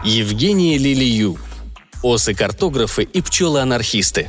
Евгения Лилию. Осы-картографы и пчелы-анархисты.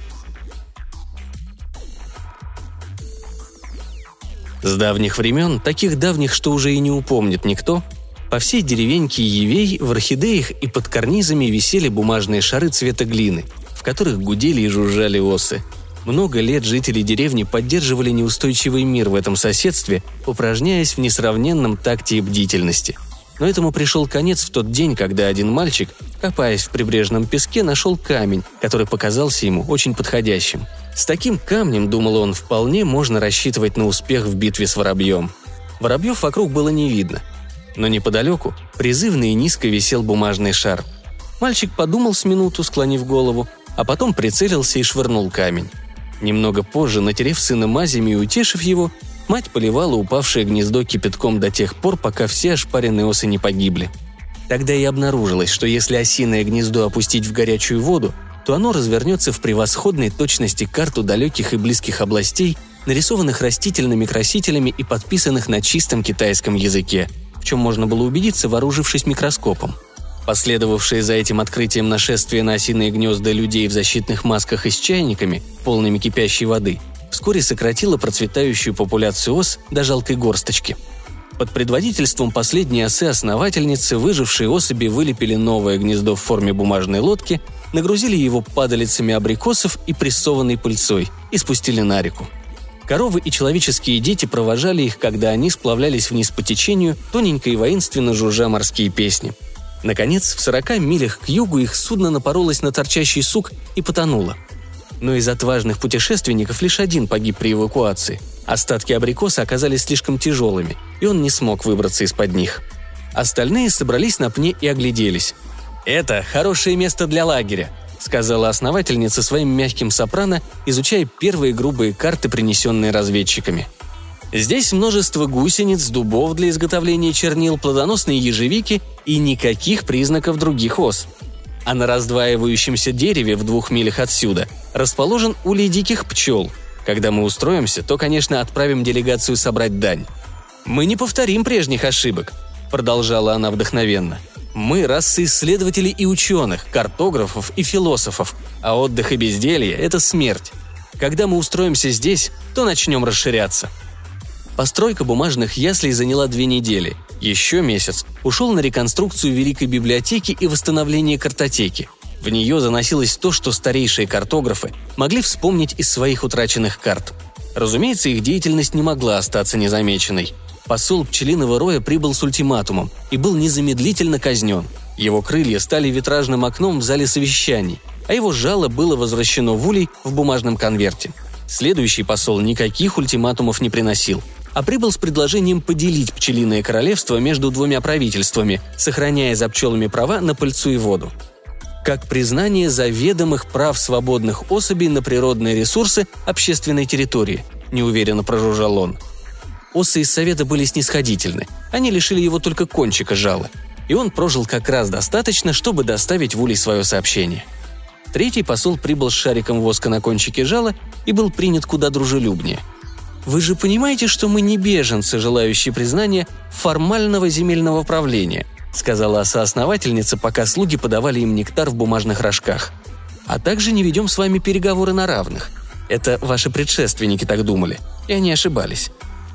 С давних времен, таких давних, что уже и не упомнит никто, по всей деревеньке Евей в орхидеях и под карнизами висели бумажные шары цвета глины, в которых гудели и жужжали осы. Много лет жители деревни поддерживали неустойчивый мир в этом соседстве, упражняясь в несравненном такте и бдительности. Но этому пришел конец в тот день, когда один мальчик, копаясь в прибрежном песке, нашел камень, который показался ему очень подходящим. С таким камнем, думал он, вполне можно рассчитывать на успех в битве с воробьем. Воробьев вокруг было не видно. Но неподалеку призывно и низко висел бумажный шар. Мальчик подумал с минуту, склонив голову, а потом прицелился и швырнул камень. Немного позже, натерев сына мазями и утешив его, мать поливала упавшее гнездо кипятком до тех пор, пока все ошпаренные осы не погибли. Тогда и обнаружилось, что если осиное гнездо опустить в горячую воду, то оно развернется в превосходной точности карту далеких и близких областей, нарисованных растительными красителями и подписанных на чистом китайском языке, в чем можно было убедиться, вооружившись микроскопом. Последовавшее за этим открытием нашествие на осиные гнезда людей в защитных масках и с чайниками, полными кипящей воды, вскоре сократило процветающую популяцию ос до жалкой горсточки. Под предводительством последней осы-основательницы выжившие особи вылепили новое гнездо в форме бумажной лодки, нагрузили его падалицами абрикосов и прессованной пыльцой и спустили на реку. Коровы и человеческие дети провожали их, когда они сплавлялись вниз по течению, тоненько и воинственно жужжа морские песни. Наконец, в 40 милях к югу их судно напоролось на торчащий сук и потонуло. Но из отважных путешественников лишь один погиб при эвакуации. Остатки абрикоса оказались слишком тяжелыми, и он не смог выбраться из-под них. Остальные собрались на пне и огляделись. «Это хорошее место для лагеря», — сказала основательница своим мягким сопрано, изучая первые грубые карты, принесенные разведчиками. «Здесь множество гусениц, дубов для изготовления чернил, плодоносные ежевики и никаких признаков других ос. А на раздваивающемся дереве в 2 милях отсюда расположен улей диких пчел. Когда мы устроимся, то, конечно, отправим делегацию собрать дань. Мы не повторим прежних ошибок», — продолжала она вдохновенно. «Мы раса исследователей и ученых, картографов и философов, а отдых и безделье — это смерть. Когда мы устроимся здесь, то начнем расширяться». Постройка бумажных яслей заняла 2 недели. Еще месяц ушел на реконструкцию Великой библиотеки и восстановление картотеки. В нее заносилось то, что старейшие картографы могли вспомнить из своих утраченных карт. Разумеется, их деятельность не могла остаться незамеченной. Посол пчелиного роя прибыл с ультиматумом и был незамедлительно казнен. Его крылья стали витражным окном в зале совещаний, а его жало было возвращено в улей в бумажном конверте. Следующий посол никаких ультиматумов не приносил, а прибыл с предложением поделить пчелиное королевство между 2 правительствами, сохраняя за пчелами права на пыльцу и воду. Как признание заведомых прав свободных особей на природные ресурсы общественной территории, неуверенно прожужжал он. Осы из совета были снисходительны, они лишили его только кончика жала, и он прожил как раз достаточно, чтобы доставить в улей свое сообщение. Третий посол прибыл с шариком воска на кончике жала и был принят куда дружелюбнее. «Вы же понимаете, что мы не беженцы, желающие признания формального земельного правления», сказала соосновательница, пока слуги подавали им нектар в бумажных рожках. «А также не ведем с вами переговоры на равных. Это ваши предшественники так думали, и они ошибались».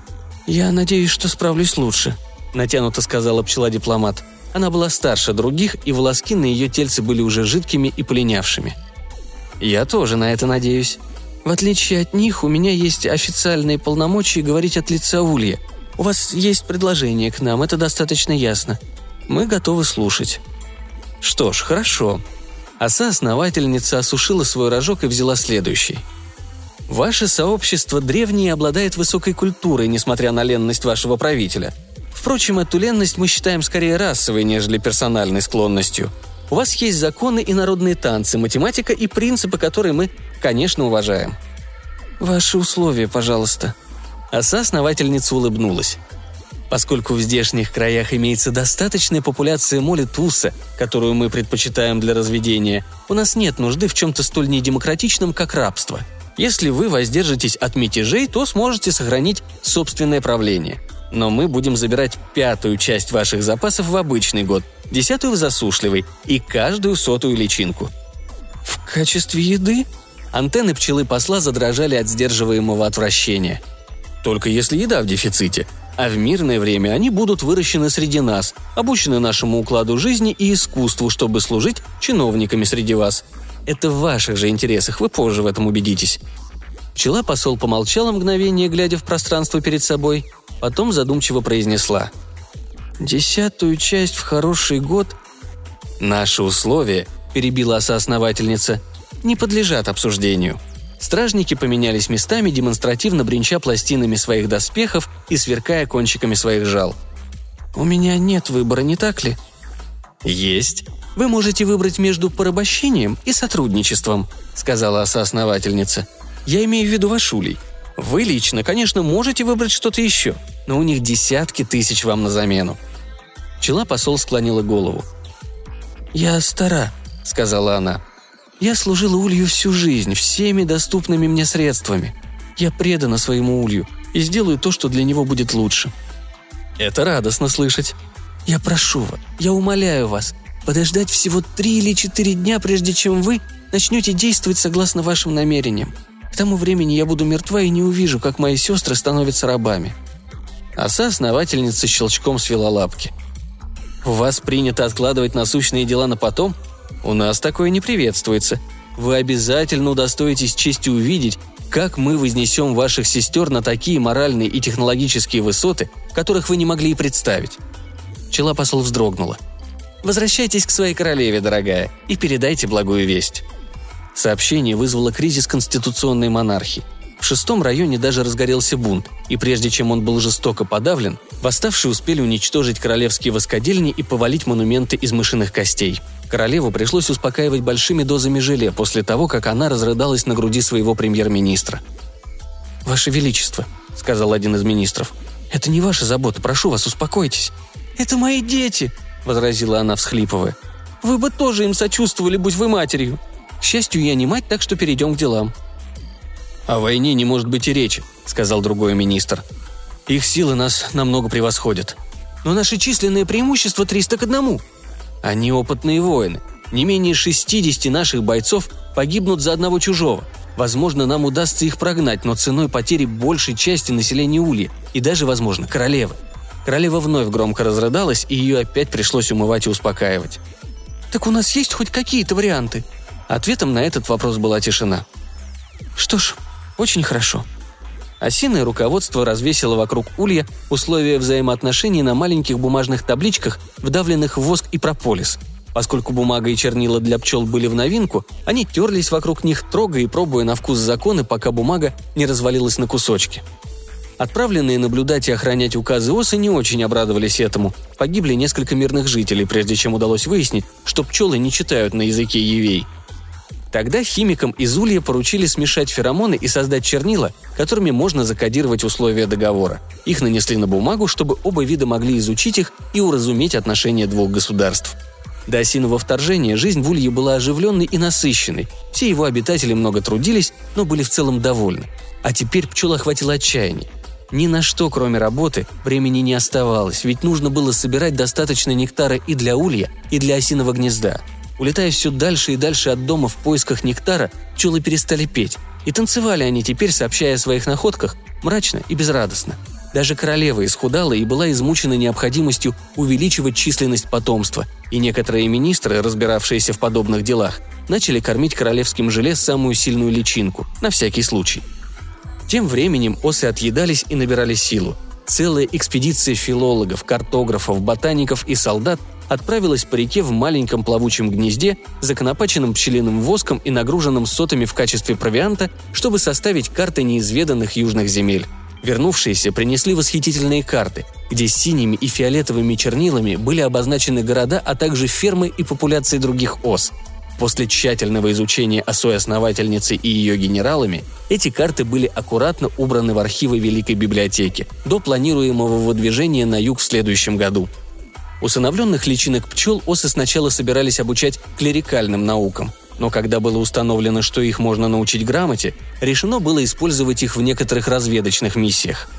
«Я надеюсь, что справлюсь лучше», — натянуто сказала пчела-дипломат. Она была старше других, и волоски на ее тельце были уже жидкими и полинявшими. «Я тоже на это надеюсь. В отличие от них, у меня есть официальные полномочия говорить от лица улья. У вас есть предложение к нам, это достаточно ясно. Мы готовы слушать». «Что ж, хорошо». Оса-основательница осушила свой рожок и взяла следующий. «Ваше сообщество древнее и обладает высокой культурой, несмотря на ленность вашего правителя. Впрочем, эту ленность мы считаем скорее расовой, нежели персональной склонностью. У вас есть законы и народные танцы, математика и принципы, которые мы, конечно, уважаем». «Ваши условия, пожалуйста». Оса-основательница улыбнулась. «Поскольку в здешних краях имеется достаточная популяция моли-туса, которую мы предпочитаем для разведения, у нас нет нужды в чем-то столь недемократичном, как рабство. Если вы воздержитесь от мятежей, то сможете сохранить собственное правление. Но мы будем забирать 1/5 часть ваших запасов в обычный год, 10 в засушливый и каждую 100 личинку». «В качестве еды?» Антенны пчелы посла задрожали от сдерживаемого отвращения. «Только если еда в дефиците. А в мирное время они будут выращены среди нас, обучены нашему укладу жизни и искусству, чтобы служить чиновниками среди вас. Это в ваших же интересах, вы позже в этом убедитесь». Пчела-посол помолчала мгновение, глядя в пространство перед собой, потом задумчиво произнесла: «10 часть в хороший год». «Наши условия», – перебила соосновательница, – «не подлежат обсуждению». Стражники поменялись местами, демонстративно бренча пластинами своих доспехов и сверкая кончиками своих жал. «У меня нет выбора, не так ли?» «Есть. Вы можете выбрать между порабощением и сотрудничеством», — сказала соосновательница. «Я имею в виду вашулей. Вы лично, конечно, можете выбрать что-то еще, но у них десятки тысяч вам на замену». Пчела-посол склонила голову. «Я стара», — сказала она. «Я служила улью всю жизнь, всеми доступными мне средствами. Я предана своему улью и сделаю то, что для него будет лучше». «Это радостно слышать». «Я прошу вас, я умоляю вас, подождать всего 3 или 4 дня, прежде чем вы начнете действовать согласно вашим намерениям. К тому времени я буду мертва и не увижу, как мои сестры становятся рабами». Соосновательница щелчком свела лапки. «У вас принято откладывать насущные дела на потом? У нас такое не приветствуется. Вы обязательно удостоитесь чести увидеть, как мы вознесем ваших сестер на такие моральные и технологические высоты, которых вы не могли и представить». Пчела-посол вздрогнула. «Возвращайтесь к своей королеве, дорогая, и передайте благую весть». Сообщение вызвало кризис конституционной монархии. В 6-м районе даже разгорелся бунт, и прежде чем он был жестоко подавлен, восставшие успели уничтожить королевские воскодельни и повалить монументы из мышиных костей. Королеву пришлось успокаивать большими дозами желе после того, как она разрыдалась на груди своего премьер-министра. «Ваше Величество», — сказал один из министров, — «это не ваша забота, прошу вас, успокойтесь». «Это мои дети», — возразила она, всхлипывая. «Вы бы тоже им сочувствовали, будь вы матерью. К счастью, я не мать, так что перейдем к делам». «О войне не может быть и речи», — сказал другой министр. «Их силы нас намного превосходят». «Но наше численное преимущество 300 к 1. Они опытные воины. Не менее 60 наших бойцов погибнут за одного чужого. Возможно, нам удастся их прогнать, но ценой потери большей части населения Улья и даже, возможно, королевы». Королева вновь громко разрыдалась, и ее опять пришлось умывать и успокаивать. «Так у нас есть хоть какие-то варианты?» Ответом на этот вопрос была тишина. «Что ж, очень хорошо». Осиное руководство развесило вокруг улья условия взаимоотношений на маленьких бумажных табличках, вдавленных в воск и прополис. Поскольку бумага и чернила для пчел были в новинку, они терлись вокруг них, трогая и пробуя на вкус законы, пока бумага не развалилась на кусочки. Отправленные наблюдать и охранять указы осы не очень обрадовались этому. Погибли несколько мирных жителей, прежде чем удалось выяснить, что пчелы не читают на языке евей. Тогда химикам из улья поручили смешать феромоны и создать чернила, которыми можно закодировать условия договора. Их нанесли на бумагу, чтобы оба вида могли изучить их и уразуметь отношения двух государств. До осиного вторжения жизнь в улье была оживленной и насыщенной. Все его обитатели много трудились, но были в целом довольны. А теперь пчел охватило отчаяние. Ни на что, кроме работы, времени не оставалось, ведь нужно было собирать достаточно нектара и для улья, и для осиного гнезда. Улетая все дальше и дальше от дома в поисках нектара, пчелы перестали петь, и танцевали они теперь, сообщая о своих находках, мрачно и безрадостно. Даже королева исхудала и была измучена необходимостью увеличивать численность потомства, и некоторые министры, разбиравшиеся в подобных делах, начали кормить королевским желе самую сильную личинку, на всякий случай. Тем временем осы отъедались и набирали силу. Целая экспедиция филологов, картографов, ботаников и солдат отправилась по реке в маленьком плавучем гнезде, законопаченном пчелиным воском и нагруженном сотами в качестве провианта, чтобы составить карты неизведанных южных земель. Вернувшиеся принесли восхитительные карты, где синими и фиолетовыми чернилами были обозначены города, а также фермы и популяции других ос. После тщательного изучения осой основательницы и ее генералами, эти карты были аккуратно убраны в архивы Великой библиотеки до планируемого выдвижения на юг в следующем году. Усыновленных личинок пчел осы сначала собирались обучать клерикальным наукам, но когда было установлено, что их можно научить грамоте, решено было использовать их в некоторых разведочных миссиях.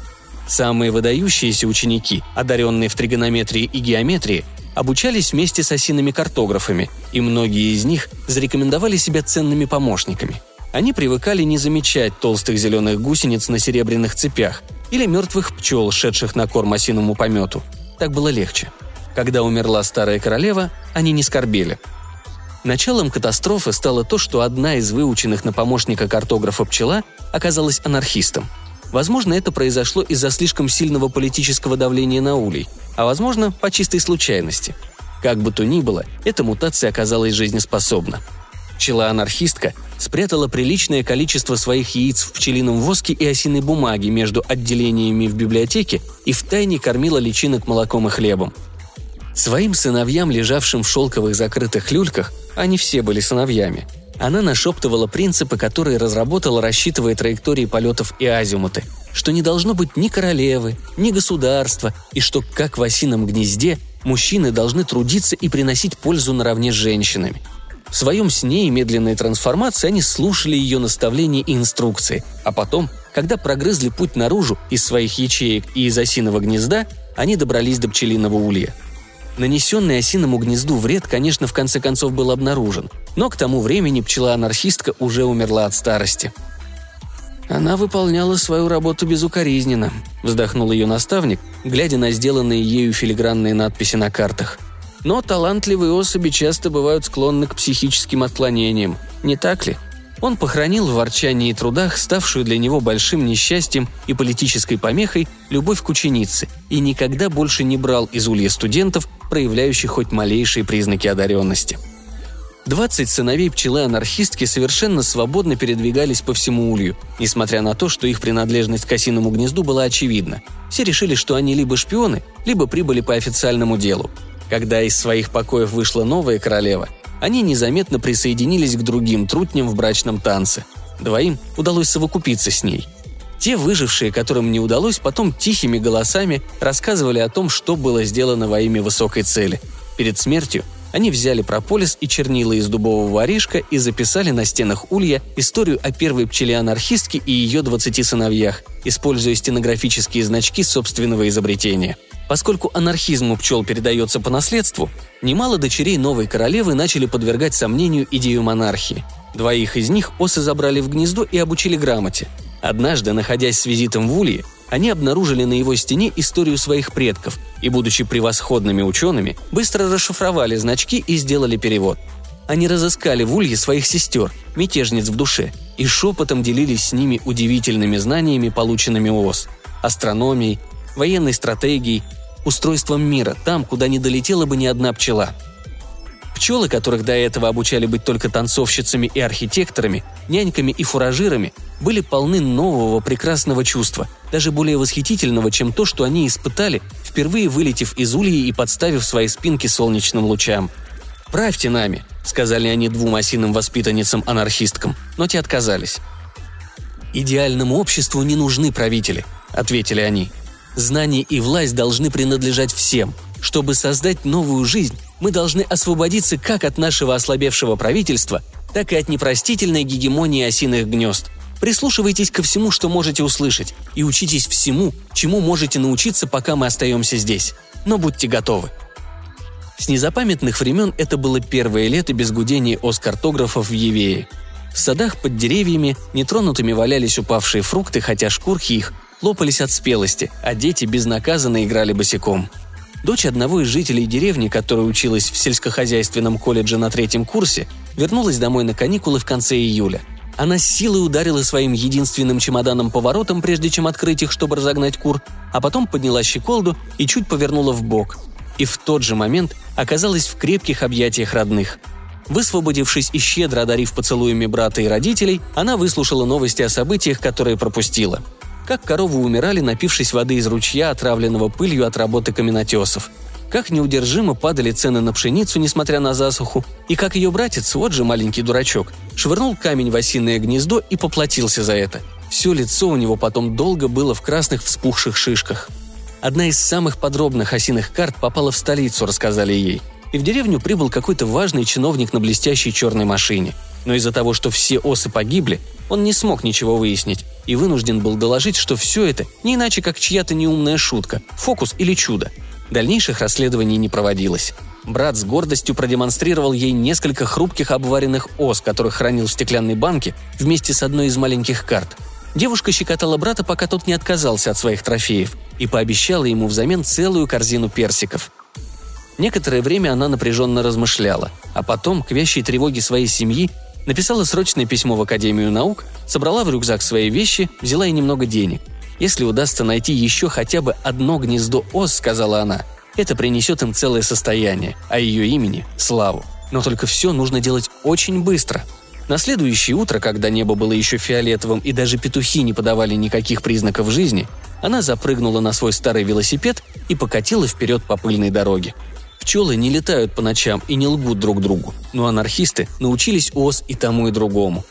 Самые выдающиеся ученики, одаренные в тригонометрии и геометрии, обучались вместе с осиными картографами, и многие из них зарекомендовали себя ценными помощниками. Они привыкали не замечать толстых зеленых гусениц на серебряных цепях или мертвых пчел, шедших на корм осиному помету. Так было легче. Когда умерла старая королева, они не скорбели. Началом катастрофы стало то, что одна из выученных на помощника картографа пчела оказалась анархистом. Возможно, это произошло из-за слишком сильного политического давления на улей, а возможно, по чистой случайности. Как бы то ни было, эта мутация оказалась жизнеспособна. Пчела-анархистка спрятала приличное количество своих яиц в пчелином воске и осиной бумаге между отделениями в библиотеке и втайне кормила личинок молоком и хлебом. Своим сыновьям, лежавшим в шелковых закрытых люльках, они все были сыновьями, она нашептывала принципы, которые разработала, рассчитывая траектории полетов и азимуты, что не должно быть ни королевы, ни государства, и что, как в осином гнезде, мужчины должны трудиться и приносить пользу наравне с женщинами. В своем сне и медленной трансформации они слушали ее наставления и инструкции, а потом, когда прогрызли путь наружу из своих ячеек и из осиного гнезда, они добрались до пчелиного улья. Нанесенный осиному гнезду вред, конечно, в конце концов был обнаружен, но к тому времени пчела-анархистка уже умерла от старости. «Она выполняла свою работу безукоризненно», – вздохнул ее наставник, глядя на сделанные ею филигранные надписи на картах. «Но талантливые особи часто бывают склонны к психическим отклонениям, не так ли?» Он похоронил в ворчании и трудах, ставшую для него большим несчастьем и политической помехой, любовь к ученице, и никогда больше не брал из улья студентов, проявляющих хоть малейшие признаки одаренности. 20 сыновей пчелы-анархистки совершенно свободно передвигались по всему улью, несмотря на то, что их принадлежность к осиному гнезду была очевидна. Все решили, что они либо шпионы, либо прибыли по официальному делу. Когда из своих покоев вышла новая королева, они незаметно присоединились к другим трутням в брачном танце. Двоим удалось совокупиться с ней. Те выжившие, которым не удалось, потом тихими голосами рассказывали о том, что было сделано во имя высокой цели. Перед смертью они взяли прополис и чернила из дубового орешка и записали на стенах улья историю о первой пчеле-анархистке и ее 20 сыновьях, используя стенографические значки собственного изобретения. Поскольку анархизм у пчел передается по наследству, немало дочерей новой королевы начали подвергать сомнению идею монархии. Двоих из них осы забрали в гнездо и обучили грамоте. Однажды, находясь с визитом в улье, они обнаружили на его стене историю своих предков и, будучи превосходными учеными, быстро расшифровали значки и сделали перевод. Они разыскали в улье своих сестер, мятежниц в душе, и шепотом делились с ними удивительными знаниями, полученными у ос, астрономией, военной стратегией, устройством мира, там, куда не долетела бы ни одна пчела. Пчелы, которых до этого обучали быть только танцовщицами и архитекторами, няньками и фуражирами, были полны нового прекрасного чувства, даже более восхитительного, чем то, что они испытали, впервые вылетев из ульи и подставив свои спинки солнечным лучам. «Правьте нами», — сказали они двум осиным воспитанницам-анархисткам, но те отказались. «Идеальному обществу не нужны правители», — ответили они. «Знание и власть должны принадлежать всем. Чтобы создать новую жизнь, мы должны освободиться как от нашего ослабевшего правительства, так и от непростительной гегемонии осиных гнезд. Прислушивайтесь ко всему, что можете услышать, и учитесь всему, чему можете научиться, пока мы остаемся здесь. Но будьте готовы». С незапамятных времен это было первое лето без гудения ос-картографов в Евее. В садах под деревьями нетронутыми валялись упавшие фрукты, хотя шкурки их лопались от спелости, а дети безнаказанно играли босиком. Дочь одного из жителей деревни, которая училась в сельскохозяйственном колледже на 3-м курсе, вернулась домой на каникулы в конце июля. Она с силой ударила своим единственным чемоданом по воротам, прежде чем открыть их, чтобы разогнать кур, а потом подняла щеколду и чуть повернула вбок. И в тот же момент оказалась в крепких объятиях родных. Высвободившись и щедро одарив поцелуями брата и родителей, она выслушала новости о событиях, которые пропустила. Как коровы умирали, напившись воды из ручья, отравленного пылью от работы каменотесов. Как неудержимо падали цены на пшеницу, несмотря на засуху. И как ее братец, вот же маленький дурачок, швырнул камень в осиное гнездо и поплатился за это. Все лицо у него потом долго было в красных вспухших шишках. Одна из самых подробных осиных карт попала в столицу, рассказали ей. И в деревню прибыл какой-то важный чиновник на блестящей черной машине. Но из-за того, что все осы погибли, он не смог ничего выяснить и вынужден был доложить, что все это не иначе как чья-то неумная шутка, фокус или чудо. Дальнейших расследований не проводилось. Брат с гордостью продемонстрировал ей несколько хрупких обваренных ос, которых хранил в стеклянной банке вместе с одной из маленьких карт. Девушка щекотала брата, пока тот не отказался от своих трофеев, и пообещала ему взамен целую корзину персиков. Некоторое время она напряженно размышляла, а потом, к вящей тревоге своей семьи, написала срочное письмо в Академию наук, собрала в рюкзак свои вещи, взяла и немного денег. «Если удастся найти еще хотя бы одно гнездо ос», — сказала она, — «это принесет им целое состояние, а ее имени — славу. Но только все нужно делать очень быстро». На следующее утро, когда небо было еще фиолетовым и даже петухи не подавали никаких признаков жизни, она запрыгнула на свой старый велосипед и покатила вперед по пыльной дороге. Пчелы не летают по ночам и не лгут друг другу, но анархисты научились у ос и тому, и другому.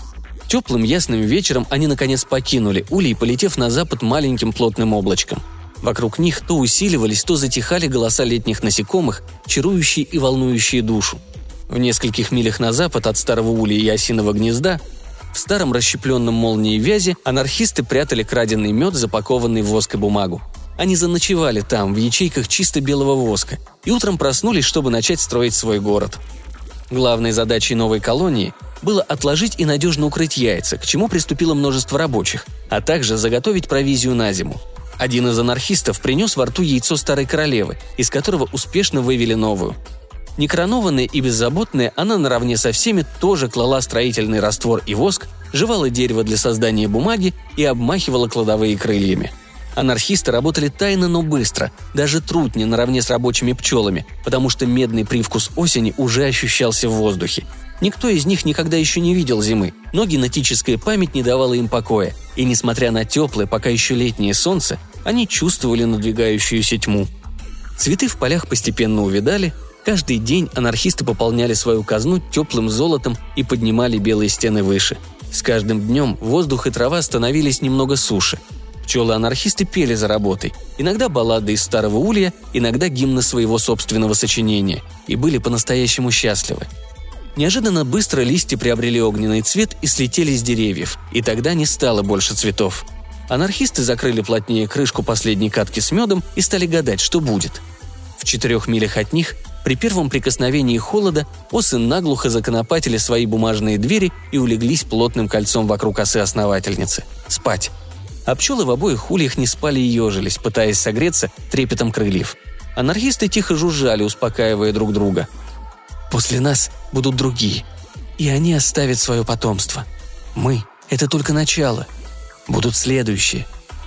Теплым ясным вечером они наконец покинули улей, полетев на запад маленьким плотным облачком. Вокруг них то усиливались, то затихали голоса летних насекомых, чарующие и волнующие душу. В нескольких милях на запад от старого улья и осиного гнезда, в старом расщепленном молнией вязе, анархисты прятали краденый мед, запакованный в воск и бумагу. Они заночевали там, в ячейках чисто белого воска, и утром проснулись, чтобы начать строить свой город. Главной задачей новой колонии было отложить и надежно укрыть яйца, к чему приступило множество рабочих, а также заготовить провизию на зиму. Один из анархистов принес во рту яйцо старой королевы, из которого успешно вывели новую. Некоронованная и беззаботная, она наравне со всеми тоже клала строительный раствор и воск, жевала дерево для создания бумаги и обмахивала кладовые крыльями. Анархисты работали тайно, но быстро, даже труднее наравне с рабочими пчелами, потому что медный привкус осени уже ощущался в воздухе. Никто из них никогда еще не видел зимы, но генетическая память не давала им покоя, и, несмотря на теплое, пока еще летнее солнце, они чувствовали надвигающуюся тьму. Цветы в полях постепенно увядали, каждый день анархисты пополняли свою казну теплым золотом и поднимали белые стены выше. С каждым днем воздух и трава становились немного суше. Пчелы-анархисты пели за работой, иногда баллады из старого улья, иногда гимны своего собственного сочинения, и были по-настоящему счастливы. Неожиданно быстро листья приобрели огненный цвет и слетели с деревьев, и тогда не стало больше цветов. Анархисты закрыли плотнее крышку последней катки с медом и стали гадать, что будет. В 4 милях от них, при первом прикосновении холода, осы наглухо законопатили свои бумажные двери и улеглись плотным кольцом вокруг осы-основательницы. Спать. А пчелы в обоих ульях не спали и ежились, пытаясь согреться трепетом крыльев. Анархисты тихо жужжали, успокаивая друг друга. «После нас будут другие, и они оставят свое потомство. Мы — это только начало. Будут следующие».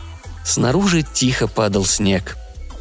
Снаружи тихо падал снег.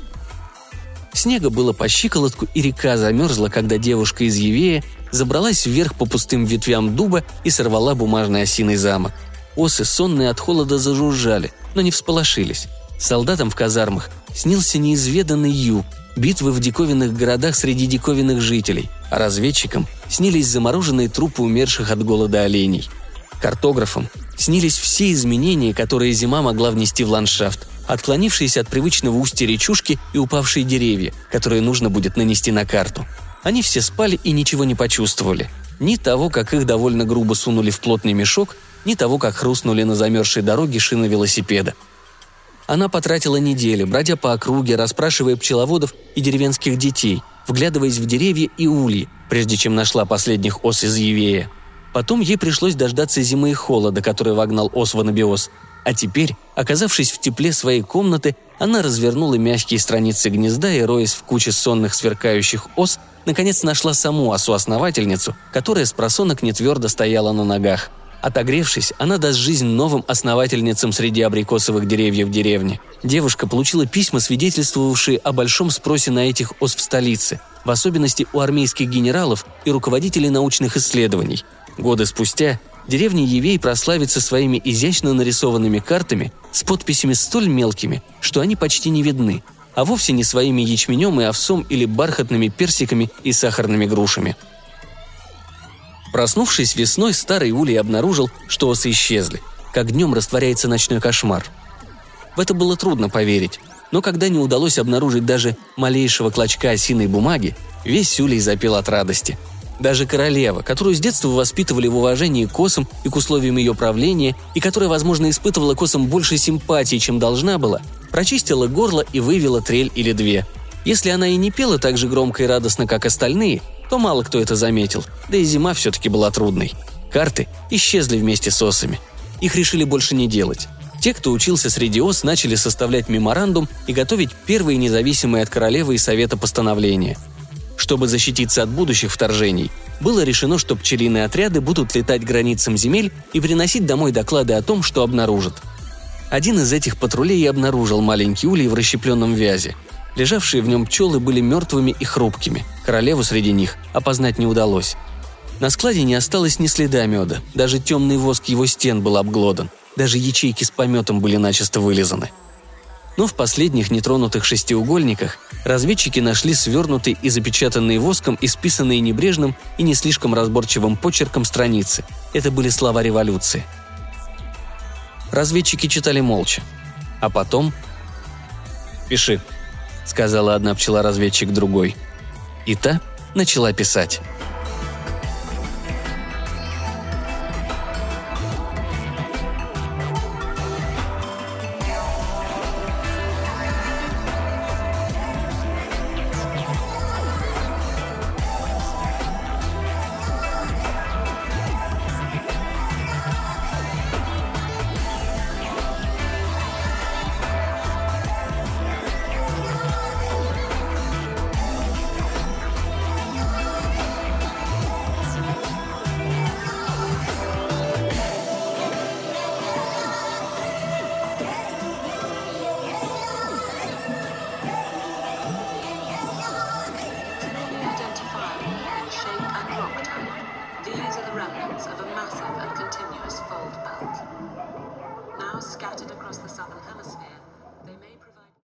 Снега было по щиколотку, и река замерзла, когда девушка из Евея забралась вверх по пустым ветвям дуба и сорвала бумажный осиный замок. Осы, сонные от холода, зажужжали, но не всполошились. Солдатам в казармах снился неизведанный юг, битвы в диковинных городах среди диковинных жителей, а разведчикам снились замороженные трупы умерших от голода оленей. Картографам снились все изменения, которые зима могла внести в ландшафт, отклонившиеся от привычного устья речушки и упавшие деревья, которые нужно будет нанести на карту. Они все спали и ничего не почувствовали. Ни того, как их довольно грубо сунули в плотный мешок, ни того, как хрустнули на замерзшей дороге шины велосипеда. Она потратила недели, бродя по округе, расспрашивая пчеловодов и деревенских детей, вглядываясь в деревья и ульи, прежде чем нашла последних ос из Евея. Потом ей пришлось дождаться зимы и холода, который вогнал ос в анабиоз. А теперь, оказавшись в тепле своей комнаты, она развернула мягкие страницы гнезда и, роясь в куче сонных сверкающих ос, наконец нашла саму осу-основательницу, которая с просонок нетвердо стояла на ногах. Отогревшись, она даст жизнь новым основательницам среди абрикосовых деревьев деревни. Девушка получила письма, свидетельствовавшие о большом спросе на этих ос в столице, в особенности у армейских генералов и руководителей научных исследований. Годы спустя деревня Евей прославится своими изящно нарисованными картами с подписями столь мелкими, что они почти не видны, а вовсе не своими ячменем и овсом или бархатными персиками и сахарными грушами. Проснувшись весной, старый улей обнаружил, что осы исчезли, как днем растворяется ночной кошмар. В это было трудно поверить, но когда не удалось обнаружить даже малейшего клочка осиной бумаги, весь улей запел от радости. Даже королева, которую с детства воспитывали в уважении к осам и к условиям ее правления, и которая, возможно, испытывала к осам больше симпатии, чем должна была, прочистила горло и вывела трель или две. Если она и не пела так же громко и радостно, как остальные, то мало кто это заметил, да и зима все-таки была трудной. Карты исчезли вместе с осами. Их решили больше не делать. Те, кто учился среди ос, начали составлять меморандум и готовить первые независимые от королевы и совета постановления. Чтобы защититься от будущих вторжений, было решено, что пчелиные отряды будут летать к границам земель и приносить домой доклады о том, что обнаружат. Один из этих патрулей и обнаружил маленький улей в расщепленном вязе. Лежавшие в нем пчелы были мертвыми и хрупкими. Королеву среди них опознать не удалось. На складе не осталось ни следа меда, даже темный воск его стен был обглодан, даже ячейки с пометом были начисто вылизаны. Но в последних нетронутых шестиугольниках разведчики нашли свернутые и запечатанные воском, исписанные небрежным и не слишком разборчивым почерком страницы. Это были слова революции. Разведчики читали молча. А потом... «Пиши», — сказала одна пчела-разведчик другой. И та начала писать.